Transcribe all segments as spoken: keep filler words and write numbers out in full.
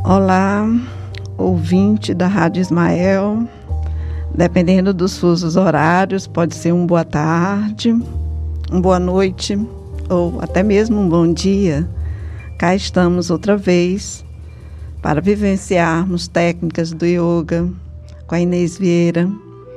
Olá, ouvinte da Rádio Ismael. Dependendo dos fusos horários, pode ser um boa tarde, uma boa noite ou até mesmo um bom dia. Cá estamos outra vez para vivenciarmos técnicas do yoga com a Inês Vieira.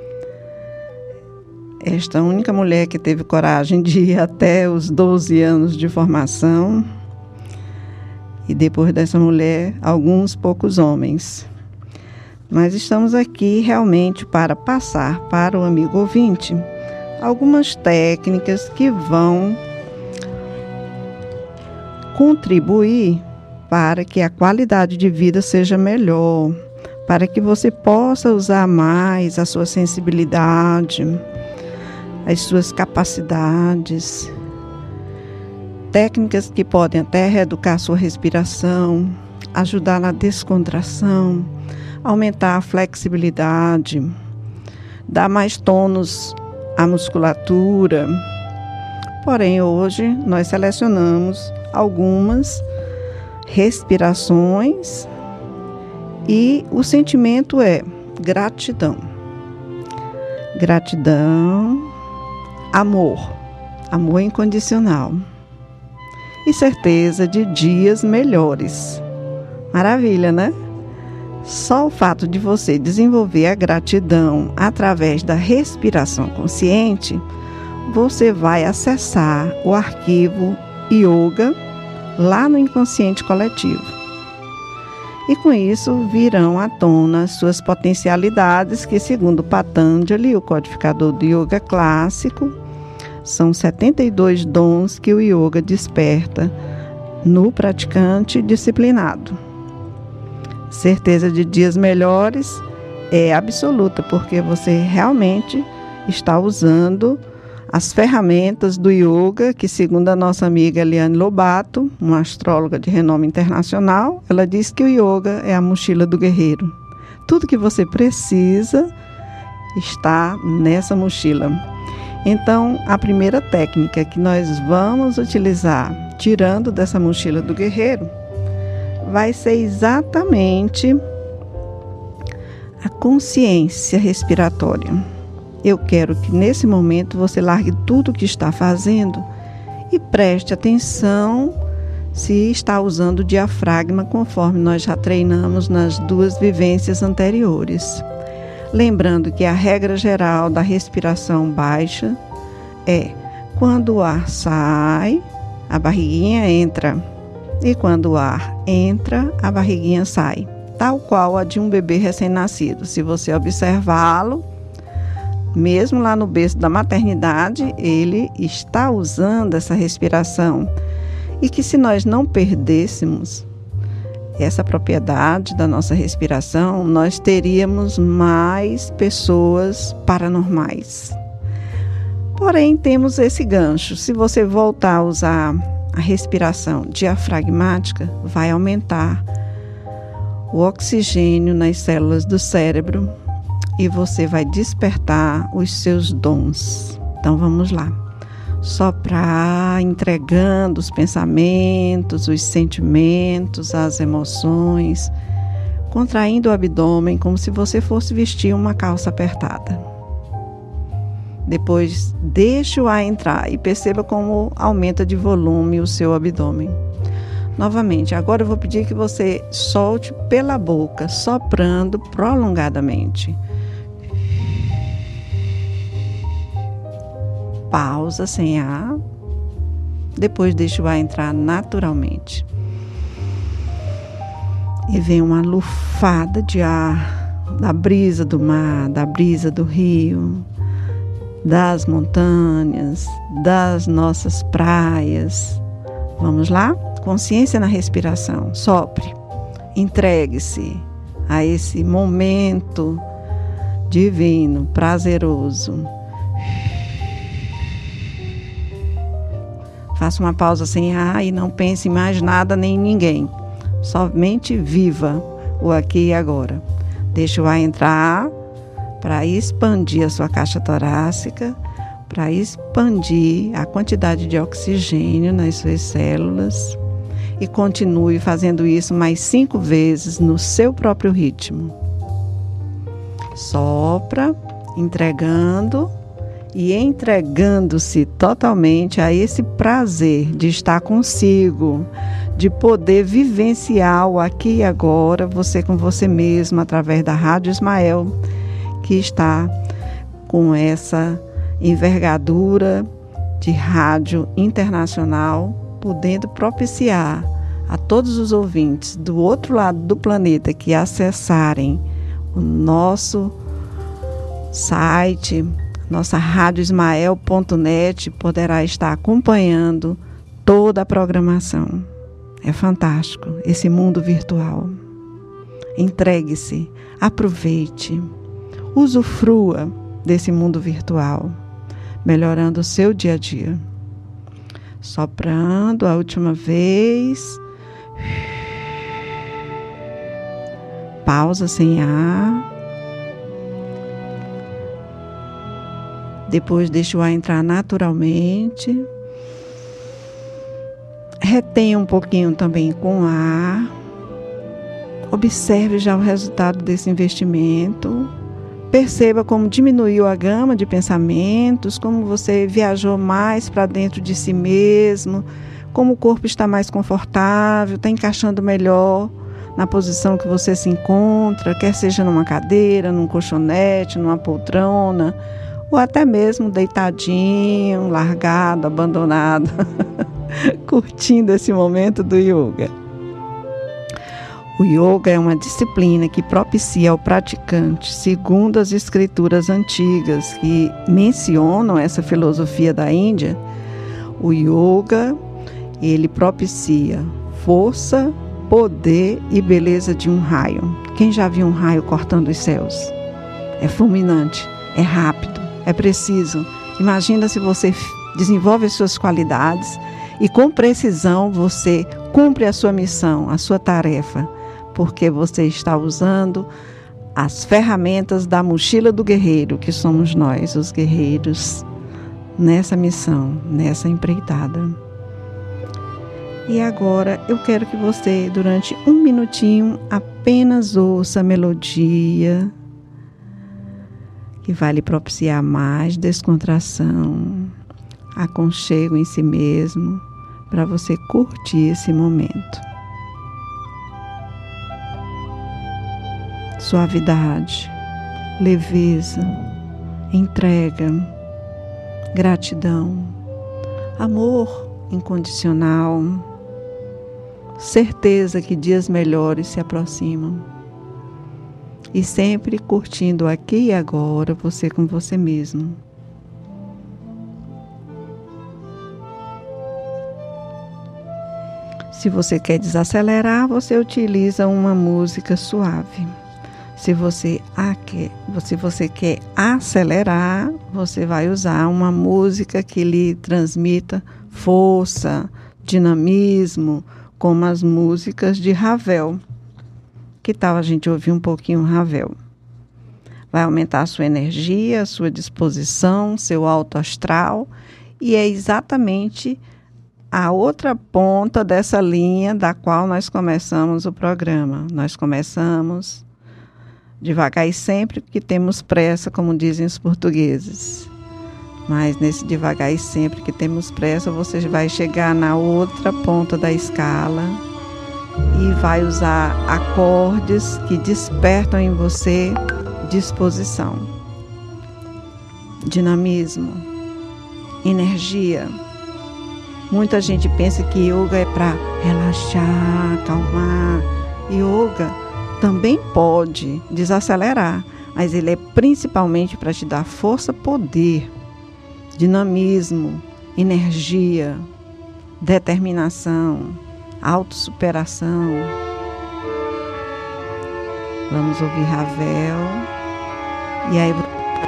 Esta única mulher que teve coragem de ir até os doze anos de formação. E depois dessa mulher, alguns poucos homens. Mas estamos aqui realmente para passar para o amigo ouvinte algumas técnicas que vão contribuir para que a qualidade de vida seja melhor, para que você possa usar mais a sua sensibilidade, as suas capacidades. Técnicas que podem até reeducar sua respiração, ajudar na descontração, aumentar a flexibilidade, dar mais tônus à musculatura. Porém, hoje nós selecionamos algumas respirações e o sentimento é gratidão. Gratidão, amor, amor incondicional. E certeza de dias melhores. Maravilha, né? Só o fato de você desenvolver a gratidão através da respiração consciente, você vai acessar o arquivo Yoga lá no inconsciente coletivo. E com isso virão à tona as suas potencialidades que, segundo Patanjali, o codificador do yoga clássico, são setenta e dois dons que o yoga desperta no praticante disciplinado. Certeza de dias melhores é absoluta, porque você realmente está usando as ferramentas do yoga, que segundo a nossa amiga Eliane Lobato, uma astróloga de renome internacional, ela diz que o yoga é a mochila do guerreiro. Tudo que você precisa está nessa mochila. Então, a primeira técnica que nós vamos utilizar, tirando dessa mochila do guerreiro, vai ser exatamente a consciência respiratória. Eu quero que nesse momento você largue tudo o que está fazendo e preste atenção se está usando o diafragma, conforme nós já treinamos nas duas vivências anteriores. Lembrando que a regra geral da respiração baixa é quando o ar sai, a barriguinha entra. E quando o ar entra, a barriguinha sai. Tal qual a de um bebê recém-nascido. Se você observá-lo, mesmo lá no berço da maternidade, ele está usando essa respiração. E que se nós não perdêssemos essa propriedade da nossa respiração, nós teríamos mais pessoas paranormais. Porém, temos esse gancho. Se você voltar a usar a respiração diafragmática, vai aumentar o oxigênio nas células do cérebro e você vai despertar os seus dons. Então, vamos lá. Soprar, entregando os pensamentos, os sentimentos, as emoções, contraindo o abdômen como se você fosse vestir uma calça apertada. Depois, deixe o ar entrar e perceba como aumenta de volume o seu abdômen. Novamente, agora eu vou pedir que você solte pela boca, soprando prolongadamente. Pausa sem ar, depois deixa o ar entrar naturalmente. E vem uma lufada de ar, da brisa do mar, da brisa do rio, das montanhas, das nossas praias. Vamos lá? Consciência na respiração. Sopre, entregue-se a esse momento divino, prazeroso. Faça uma pausa sem ar e não pense em mais nada nem em ninguém. Somente viva o aqui e agora. Deixe o ar entrar para expandir a sua caixa torácica, para expandir a quantidade de oxigênio nas suas células e continue fazendo isso mais cinco vezes no seu próprio ritmo. Sopra, entregando e entregando-se totalmente a esse prazer de estar consigo, de poder vivenciar o aqui e agora, você com você mesmo, através da Rádio Ismael, que está com essa envergadura de rádio internacional, podendo propiciar a todos os ouvintes do outro lado do planeta que acessarem o nosso site, nossa rádio ismael ponto net, poderá estar acompanhando toda a programação. É fantástico esse mundo virtual. Entregue-se, aproveite, usufrua desse mundo virtual, melhorando o seu dia a dia. Soprando a última vez. Pausa sem ar. Depois deixa o ar entrar naturalmente. Retenha um pouquinho também com ar. Observe já o resultado desse investimento. Perceba como diminuiu a gama de pensamentos, como você viajou mais para dentro de si mesmo, como o corpo está mais confortável, está encaixando melhor na posição que você se encontra, quer seja numa cadeira, num colchonete, numa poltrona, ou até mesmo deitadinho, largado, abandonado, curtindo esse momento do yoga. O yoga é uma disciplina que propicia ao praticante, segundo as escrituras antigas que mencionam essa filosofia da Índia, o yoga, ele propicia força, poder e beleza de um raio. Quem já viu um raio cortando os céus? É fulminante, é rápido, é preciso. Imagina se você desenvolve as suas qualidades e com precisão você cumpre a sua missão, a sua tarefa, porque você está usando as ferramentas da mochila do guerreiro, que somos nós, os guerreiros, nessa missão, nessa empreitada. E agora eu quero que você, durante um minutinho, apenas ouça a melodia, que vai lhe propiciar mais descontração, aconchego em si mesmo, para você curtir esse momento. Suavidade, leveza, entrega, gratidão, amor incondicional, certeza que dias melhores se aproximam. E sempre curtindo aqui e agora, você com você mesmo. Se você quer desacelerar, você utiliza uma música suave. Se você, a quer, se você quer acelerar, você vai usar uma música que lhe transmita força, dinamismo, como as músicas de Ravel. Que tal a gente ouvir um pouquinho Ravel? Vai aumentar a sua energia, a sua disposição, seu alto astral, e é exatamente a outra ponta dessa linha da qual nós começamos o programa. Nós começamos devagar e sempre, porque temos pressa, como dizem os portugueses. Mas nesse devagar e sempre que temos pressa, você vai chegar na outra ponta da escala e vai usar acordes que despertam em você disposição, dinamismo, energia. Muita gente pensa que yoga é para relaxar, acalmar. Yoga também pode desacelerar, mas ele é principalmente para te dar força, poder, dinamismo, energia, determinação, autossuperação. Vamos ouvir Ravel. E aí,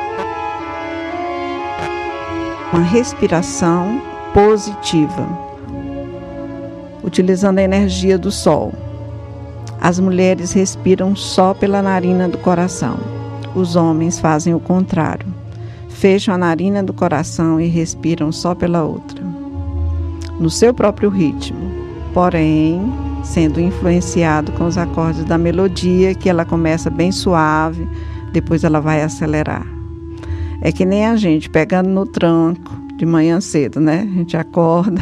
uma respiração positiva, utilizando a energia do sol. As mulheres respiram só pela narina do coração. Os homens fazem o contrário. Fecham a narina do coração e respiram só pela outra. No seu próprio ritmo. porém sendo influenciado com os acordes da melodia, que ela começa bem suave, depois ela vai acelerar. É que nem a gente pegando no tranco de manhã cedo, né? A gente acorda,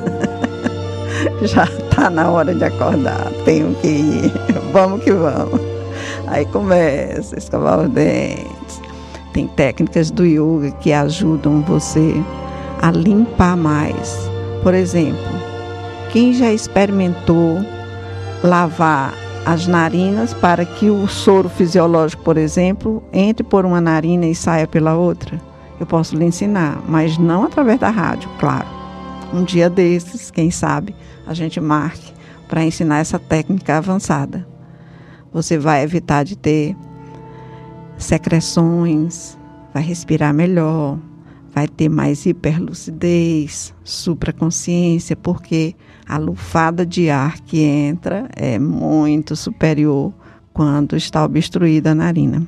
já está na hora de acordar, tenho que ir, vamos que vamos. Aí começa a escovar os dentes. Tem técnicas do yoga que ajudam você a limpar mais. Por exemplo, quem já experimentou lavar as narinas para que o soro fisiológico, por exemplo, entre por uma narina e saia pela outra? Eu posso lhe ensinar, mas não através da rádio, claro. Um dia desses, quem sabe, a gente marque para ensinar essa técnica avançada. Você vai evitar de ter secreções, vai respirar melhor, vai ter mais hiperlucidez, supraconsciência, porque a lufada de ar que entra é muito superior quando está obstruída a narina.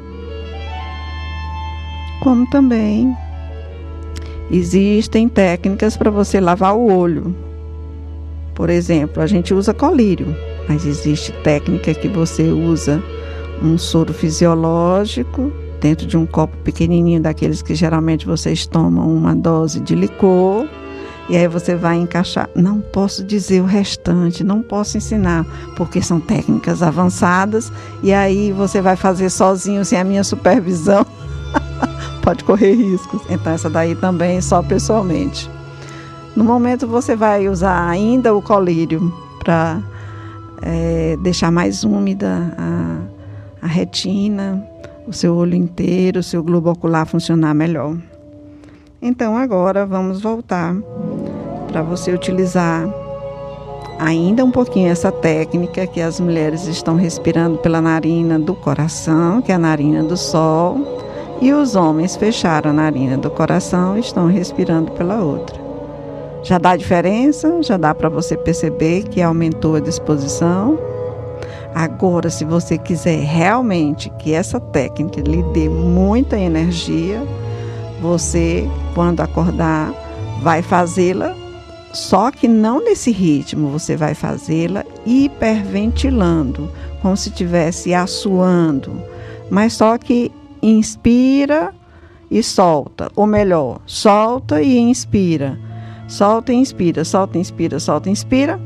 Como também existem técnicas para você lavar o olho. Por exemplo, a gente usa colírio, mas existe técnica que você usa um soro fisiológico dentro de um copo pequenininho, daqueles que geralmente vocês tomam uma dose de licor, e aí você vai encaixar. Não posso dizer o restante, não posso ensinar, porque são técnicas avançadas, e aí você vai fazer sozinho, sem a minha supervisão, pode correr riscos. Então essa daí também só pessoalmente. No momento você vai usar ainda o colírio para é, deixar mais úmida a, a retina, o seu olho inteiro, o seu globo ocular funcionar melhor. Então agora vamos voltar para você utilizar ainda um pouquinho essa técnica que as mulheres estão respirando pela narina do coração, que é a narina do sol, e os homens fecharam a narina do coração e estão respirando pela outra. Já dá diferença? Já dá para você perceber que aumentou a disposição? Agora, se você quiser realmente que essa técnica lhe dê muita energia, você, quando acordar, vai fazê-la, só que não nesse ritmo, você vai fazê-la hiperventilando, como se estivesse assoando, mas só que inspira e solta, ou melhor, solta e inspira, solta e inspira, solta e inspira, solta e inspira.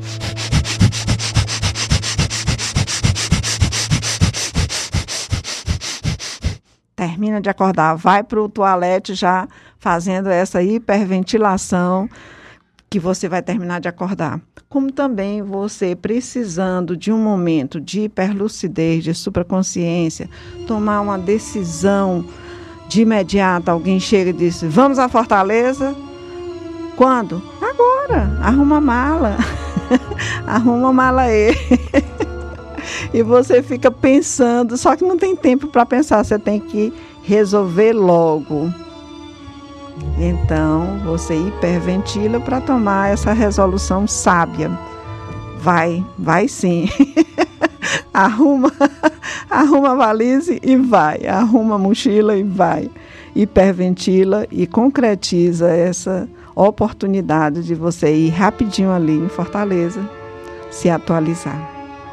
Termina de acordar, vai para o toalete já fazendo essa hiperventilação que você vai terminar de acordar. Como também você precisando de um momento de hiperlucidez, de supraconsciência, tomar uma decisão de imediato, alguém chega e diz, vamos à Fortaleza? Quando? Agora, arruma a mala, arruma a mala aí. E você fica pensando, só que não tem tempo para pensar, você tem que resolver logo. Então, você hiperventila para tomar essa resolução sábia. Vai, vai sim. arruma, arruma a valise e vai. Arruma a mochila e vai. Hiperventila e concretiza essa oportunidade de você ir rapidinho ali em Fortaleza, se atualizar.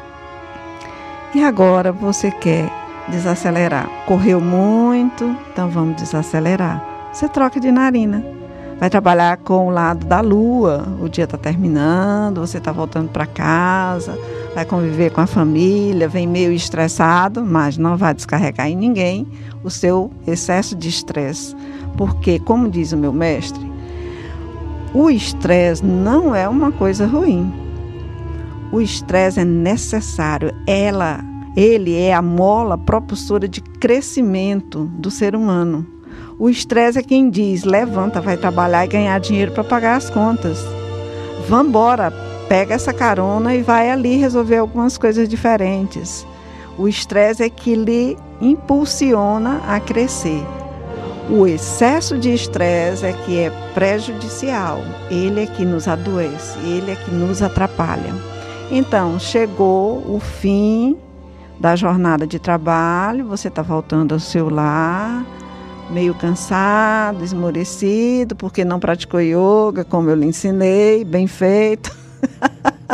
E agora você quer desacelerar. Correu muito, então vamos desacelerar. Você troca de narina. Vai trabalhar com o lado da lua. O dia está terminando, você está voltando para casa, vai conviver com a família, vem meio estressado, mas não vai descarregar em ninguém o seu excesso de estresse. Porque, como diz o meu mestre, o estresse não é uma coisa ruim. O estresse é necessário. Ela, ele é a mola propulsora de crescimento do ser humano. O estresse é quem diz, levanta, vai trabalhar e ganhar dinheiro para pagar as contas. Vambora, pega essa carona e vai ali resolver algumas coisas diferentes. O estresse é que lhe impulsiona a crescer. O excesso de estresse é que é prejudicial. Ele é que nos adoece, ele é que nos atrapalha. Então, chegou o fim da jornada de trabalho, você está voltando ao seu lar, meio cansado, esmorecido, porque não praticou yoga, como eu lhe ensinei, bem feito.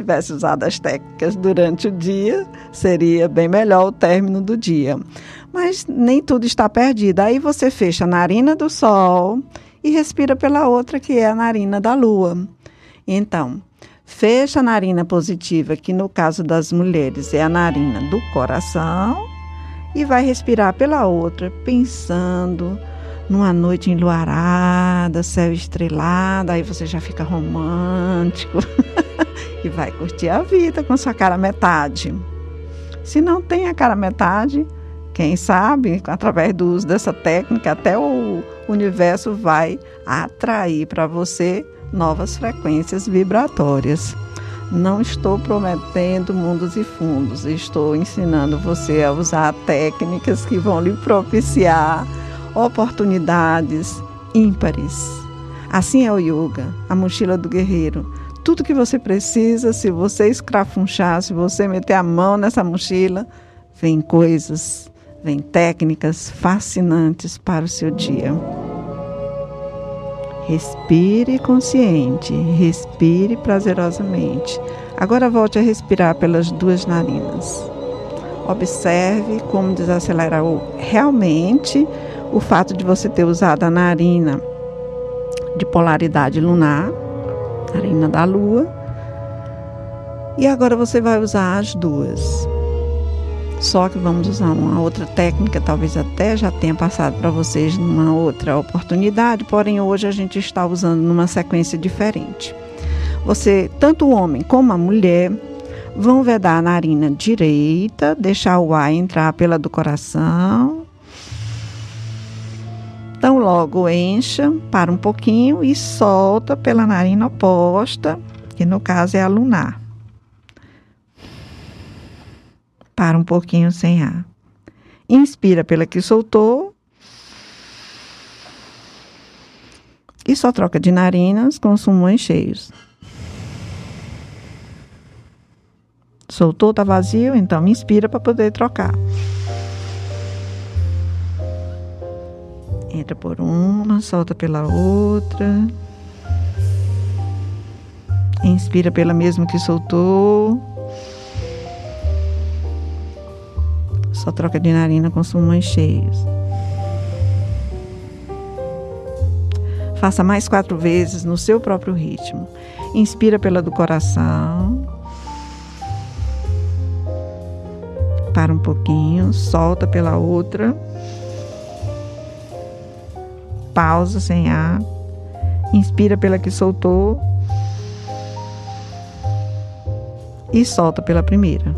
tivesse usado as técnicas durante o dia, seria bem melhor o término do dia. Mas nem tudo está perdido. Aí você fecha a narina do sol e respira pela outra, que é a narina da lua. Então, fecha a narina positiva, que no caso das mulheres é a narina do coração, e vai respirar pela outra, pensando numa noite enluarada, céu estrelado, aí você já fica romântico e vai curtir a vida com sua cara metade. Se não tem a cara metade, quem sabe, através do uso dessa técnica, até o universo vai atrair para você novas frequências vibratórias. Não estou prometendo mundos e fundos, estou ensinando você a usar técnicas que vão lhe propiciar oportunidades ímpares. Assim é o yoga, a mochila do guerreiro. Tudo que você precisa, se você escrafunchar, se você meter a mão nessa mochila, vem coisas, vem técnicas fascinantes para o seu dia. Respire consciente, respire prazerosamente. Agora volte a respirar pelas duas narinas. Observe como desacelerou realmente o fato de você ter usado a narina de polaridade lunar, narina da lua. E agora você vai usar as duas. Só que vamos usar uma outra técnica, talvez até já tenha passado para vocês numa outra oportunidade, porém hoje a gente está usando numa sequência diferente. Você, tanto o homem como a mulher, vão vedar a narina direita, deixar o ar entrar pela do coração. Então logo encha, para um pouquinho e solta pela narina oposta, que no caso é a lunar. Para um pouquinho sem ar. Inspira pela que soltou. E só troca de narinas com os pulmões cheios. Soltou, está vazio, então inspira para poder trocar. Entra por uma, solta pela outra. Inspira pela mesma que soltou. Só troca de narina com os pulmões cheios. Faça mais quatro vezes no seu próprio ritmo. Inspira pela do coração. Para um pouquinho, solta pela outra. Pausa sem ar. Inspira pela que soltou. E solta pela primeira.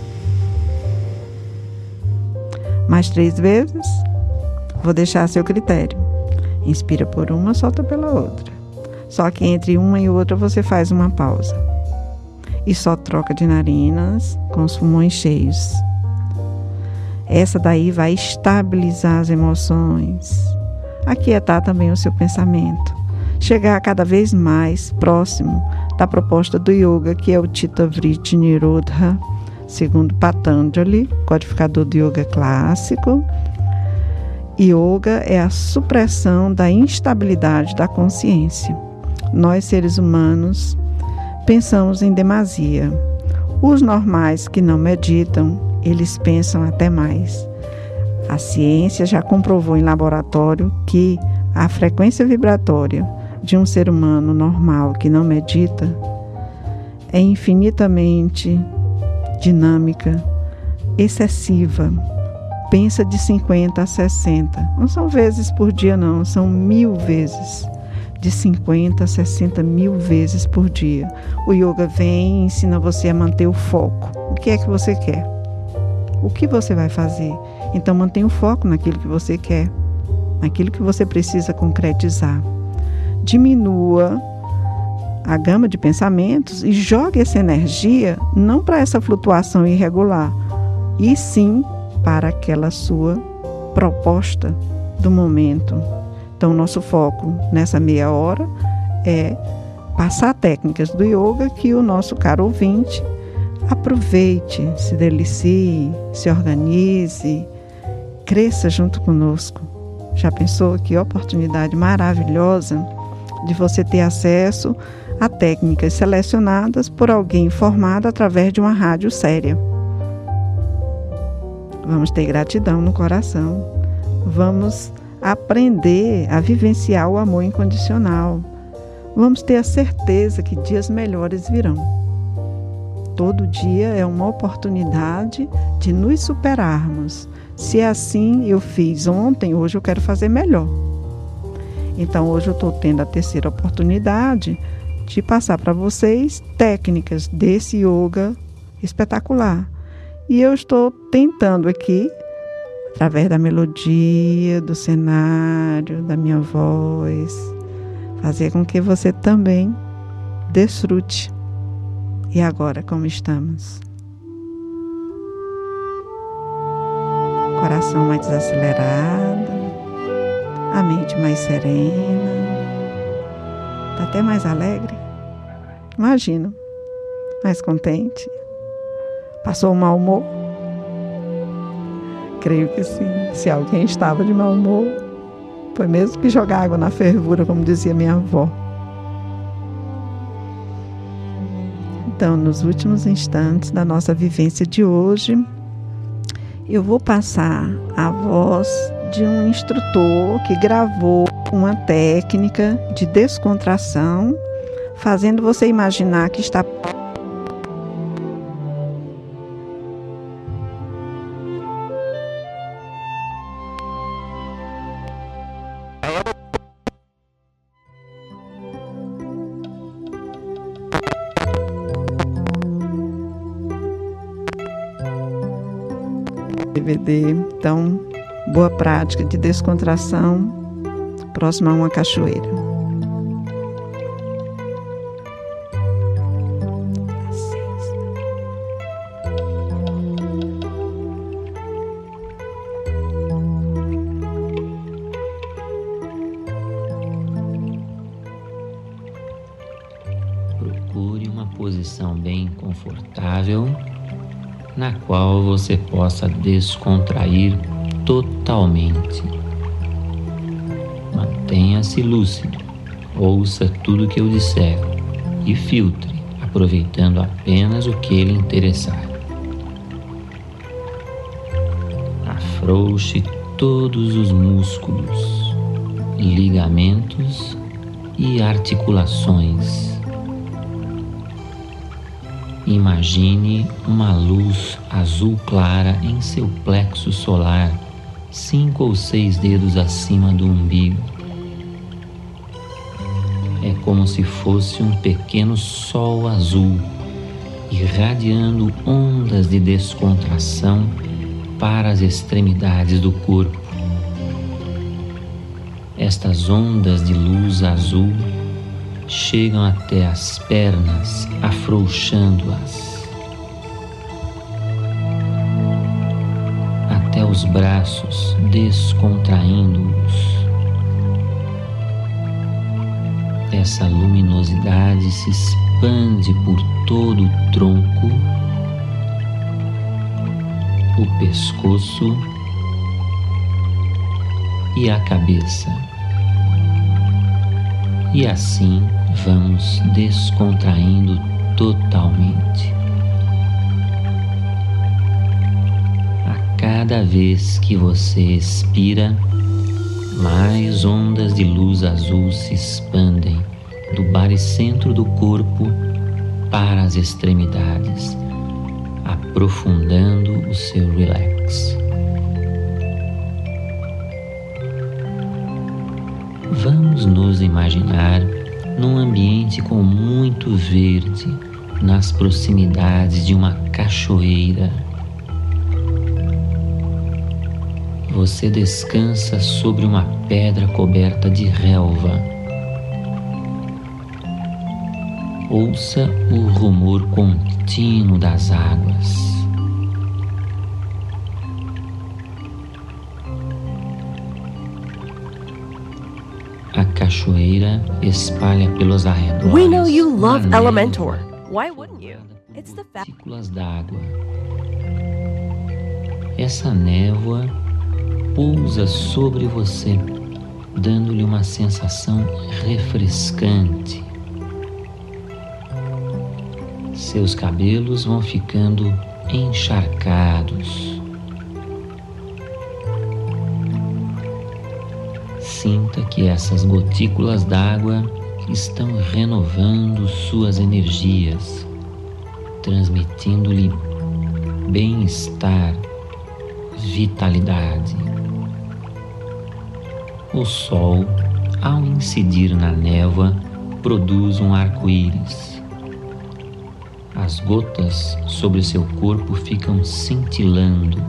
Mais três vezes. Vou deixar a seu critério. Inspira por uma, solta pela outra. Só que entre uma e outra você faz uma pausa. E só troca de narinas com os pulmões cheios. Essa daí vai estabilizar as emoções. Aquietar também o seu pensamento. Chegar cada vez mais próximo da proposta do yoga, que é o Chitta Vritti Nirodha, segundo Patanjali, codificador do yoga clássico. Yoga é a supressão da instabilidade da consciência. Nós, seres humanos, pensamos em demasia. Os normais que não meditam, eles pensam até mais. A ciência já comprovou em laboratório que a frequência vibratória de um ser humano normal que não medita é infinitamente dinâmica, excessiva. Pensa de cinquenta a sessenta. Não são vezes por dia, não. São mil vezes. De cinquenta a sessenta mil vezes por dia. O yoga vem e ensina você a manter o foco. O que é que você quer? O que você vai fazer? Então mantenha o foco naquilo que você quer. Naquilo que você precisa concretizar. Diminua a gama de pensamentos e jogue essa energia não para essa flutuação irregular, e sim para aquela sua proposta do momento. Então, nosso foco nessa meia hora é passar técnicas do yoga que o nosso caro ouvinte aproveite, se delicie, se organize, cresça junto conosco. Já pensou que oportunidade maravilhosa de você ter acesso a técnicas selecionadas por alguém formado através de uma rádio séria. Vamos ter gratidão no coração. Vamos aprender a vivenciar o amor incondicional. Vamos ter a certeza que dias melhores virão. Todo dia é uma oportunidade de nos superarmos. Se é assim, eu fiz ontem, hoje eu quero fazer melhor. Então, hoje eu estou tendo a terceira oportunidade de passar para vocês técnicas desse yoga espetacular. E eu estou tentando aqui, através da melodia, do cenário, da minha voz, fazer com que você também desfrute. E agora, como estamos? Coração mais desacelerado, a mente mais serena, está até mais alegre? Imagino, mais contente? Passou o mau humor? Creio que sim. Se alguém estava de mau humor, foi mesmo que jogar água na fervura, como dizia minha avó. Então, nos últimos instantes da nossa vivência de hoje, eu vou passar a voz de um instrutor que gravou uma técnica de descontração, fazendo você imaginar que está D V D. Então, boa prática de descontração, próxima a uma cachoeira. Procure uma posição bem confortável, na qual você possa descontrair totalmente. Mantenha-se lúcido, ouça tudo que eu disser e filtre, aproveitando apenas o que lhe interessar. Afrouxe todos os músculos, ligamentos e articulações. Imagine uma luz azul clara em seu plexo solar, cinco ou seis dedos acima do umbigo. É como se fosse um pequeno sol azul, irradiando ondas de descontração para as extremidades do corpo. Estas ondas de luz azul chegam até as pernas, afrouxando-as, até os braços, descontraindo-os. Essa luminosidade se expande por todo o tronco, o pescoço e a cabeça. E assim vamos descontraindo totalmente. A cada vez que você expira, mais ondas de luz azul se expandem do baricentro do corpo para as extremidades, aprofundando o seu relax. Vamos nos imaginar num ambiente com muito verde, nas proximidades de uma cachoeira. Você descansa sobre uma pedra coberta de relva. Ouça o rumor contínuo das águas. A cachoeira espalha pelos arredores. We know you love Elementor. Why wouldn't you? It's the fact. Partículas d'água. Essa névoa pousa sobre você, dando-lhe uma sensação refrescante. Seus cabelos vão ficando encharcados. Sinta que essas gotículas d'água estão renovando suas energias, transmitindo-lhe bem-estar, vitalidade. O sol, ao incidir na névoa, produz um arco-íris. As gotas sobre seu corpo ficam cintilando.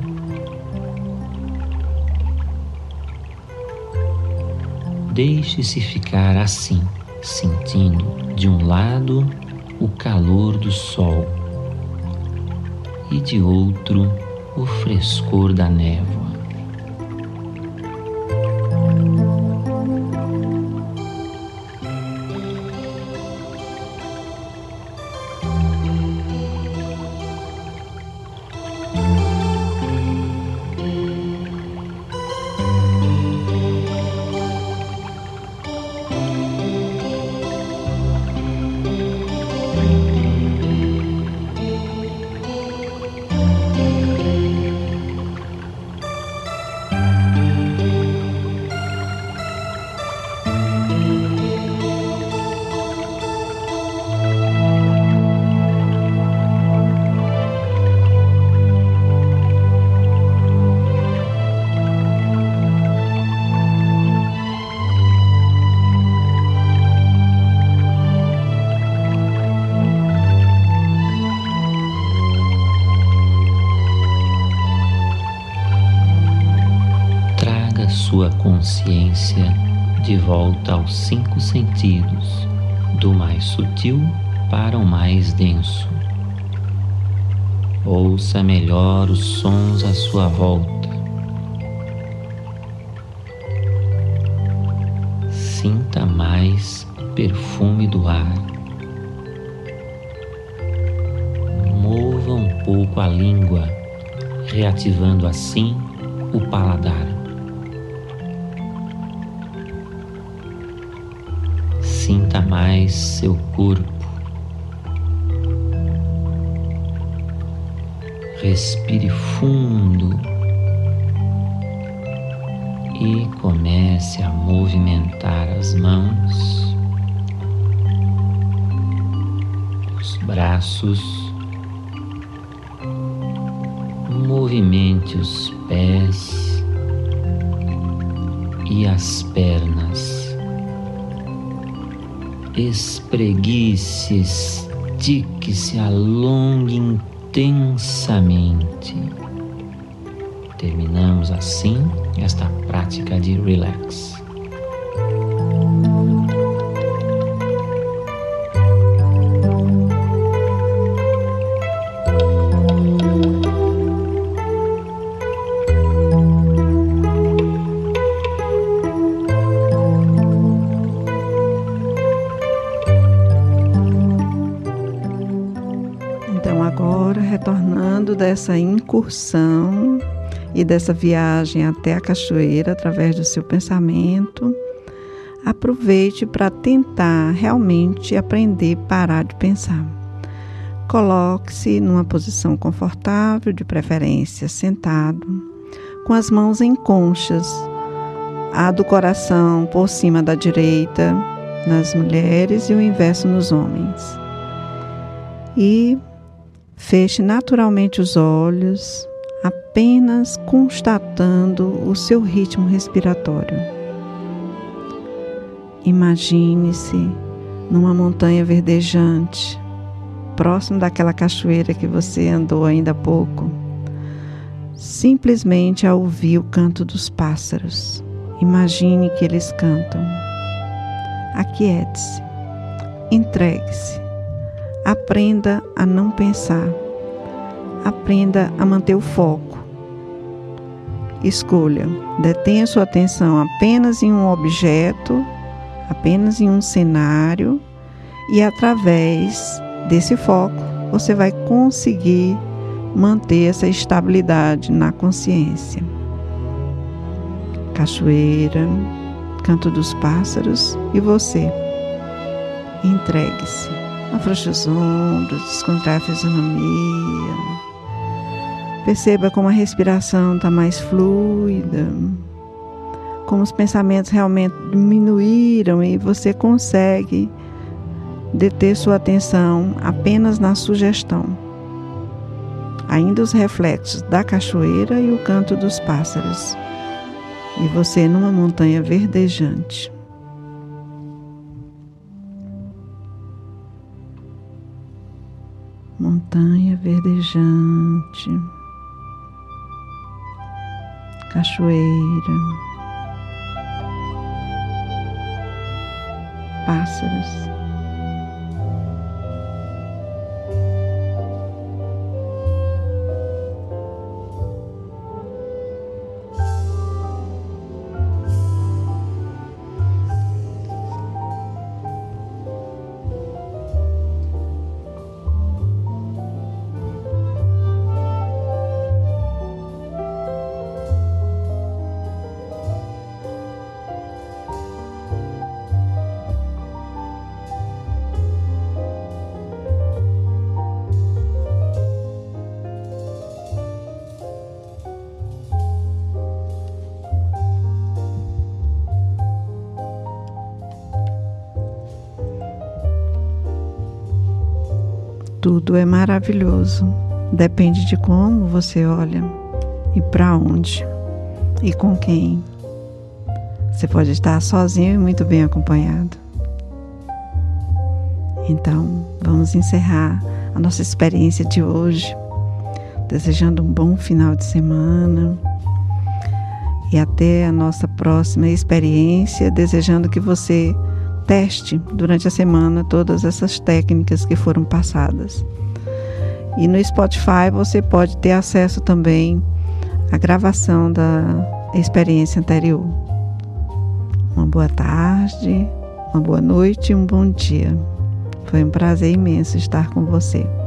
Deixe-se ficar assim, sentindo de um lado o calor do sol e de outro o frescor da névoa. Sua consciência de volta aos cinco sentidos, do mais sutil para o mais denso. Ouça melhor os sons à sua volta. Sinta mais o perfume do ar. Mova um pouco a língua, reativando assim o paladar. Sinta mais seu corpo. Respire fundo e comece a movimentar as mãos, os braços, movimente os pés e as pernas. Espreguice, estique-se, alongue intensamente. Terminamos assim esta prática de relax. Retornando dessa incursão e dessa viagem até a cachoeira através do seu pensamento, aproveite para tentar realmente aprender a parar de pensar. Coloque-se numa posição confortável, de preferência sentado, com as mãos em conchas, a do coração por cima da direita nas mulheres e o inverso nos homens. E feche naturalmente os olhos, apenas constatando o seu ritmo respiratório. Imagine-se numa montanha verdejante, próximo daquela cachoeira que você andou ainda há pouco, simplesmente a ouvir o canto dos pássaros. Imagine que eles cantam. Aquiete-se, entregue-se. Aprenda a não pensar. Aprenda a manter o foco. Escolha, detenha sua atenção apenas em um objeto, apenas em um cenário, e através desse foco você vai conseguir manter essa estabilidade na consciência. Cachoeira, canto dos pássaros e você. Entregue-se. Afrouxe os ombros, descontrai a fisionomia. Perceba como a respiração está mais fluida, como os pensamentos realmente diminuíram e você consegue deter sua atenção apenas na sugestão. Ainda os reflexos da cachoeira e o canto dos pássaros. E você numa montanha verdejante. Montanha verdejante. Cachoeira. Pássaros. Tudo é maravilhoso. Depende de como você olha e para onde e com quem. Você pode estar sozinho e muito bem acompanhado. Então, vamos encerrar a nossa experiência de hoje, desejando um bom final de semana e até a nossa próxima experiência, desejando que você teste durante a semana todas essas técnicas que foram passadas. E no Spotify você pode ter acesso também à gravação da experiência anterior. Uma boa tarde, uma boa noite e um bom dia. Foi um prazer imenso estar com você.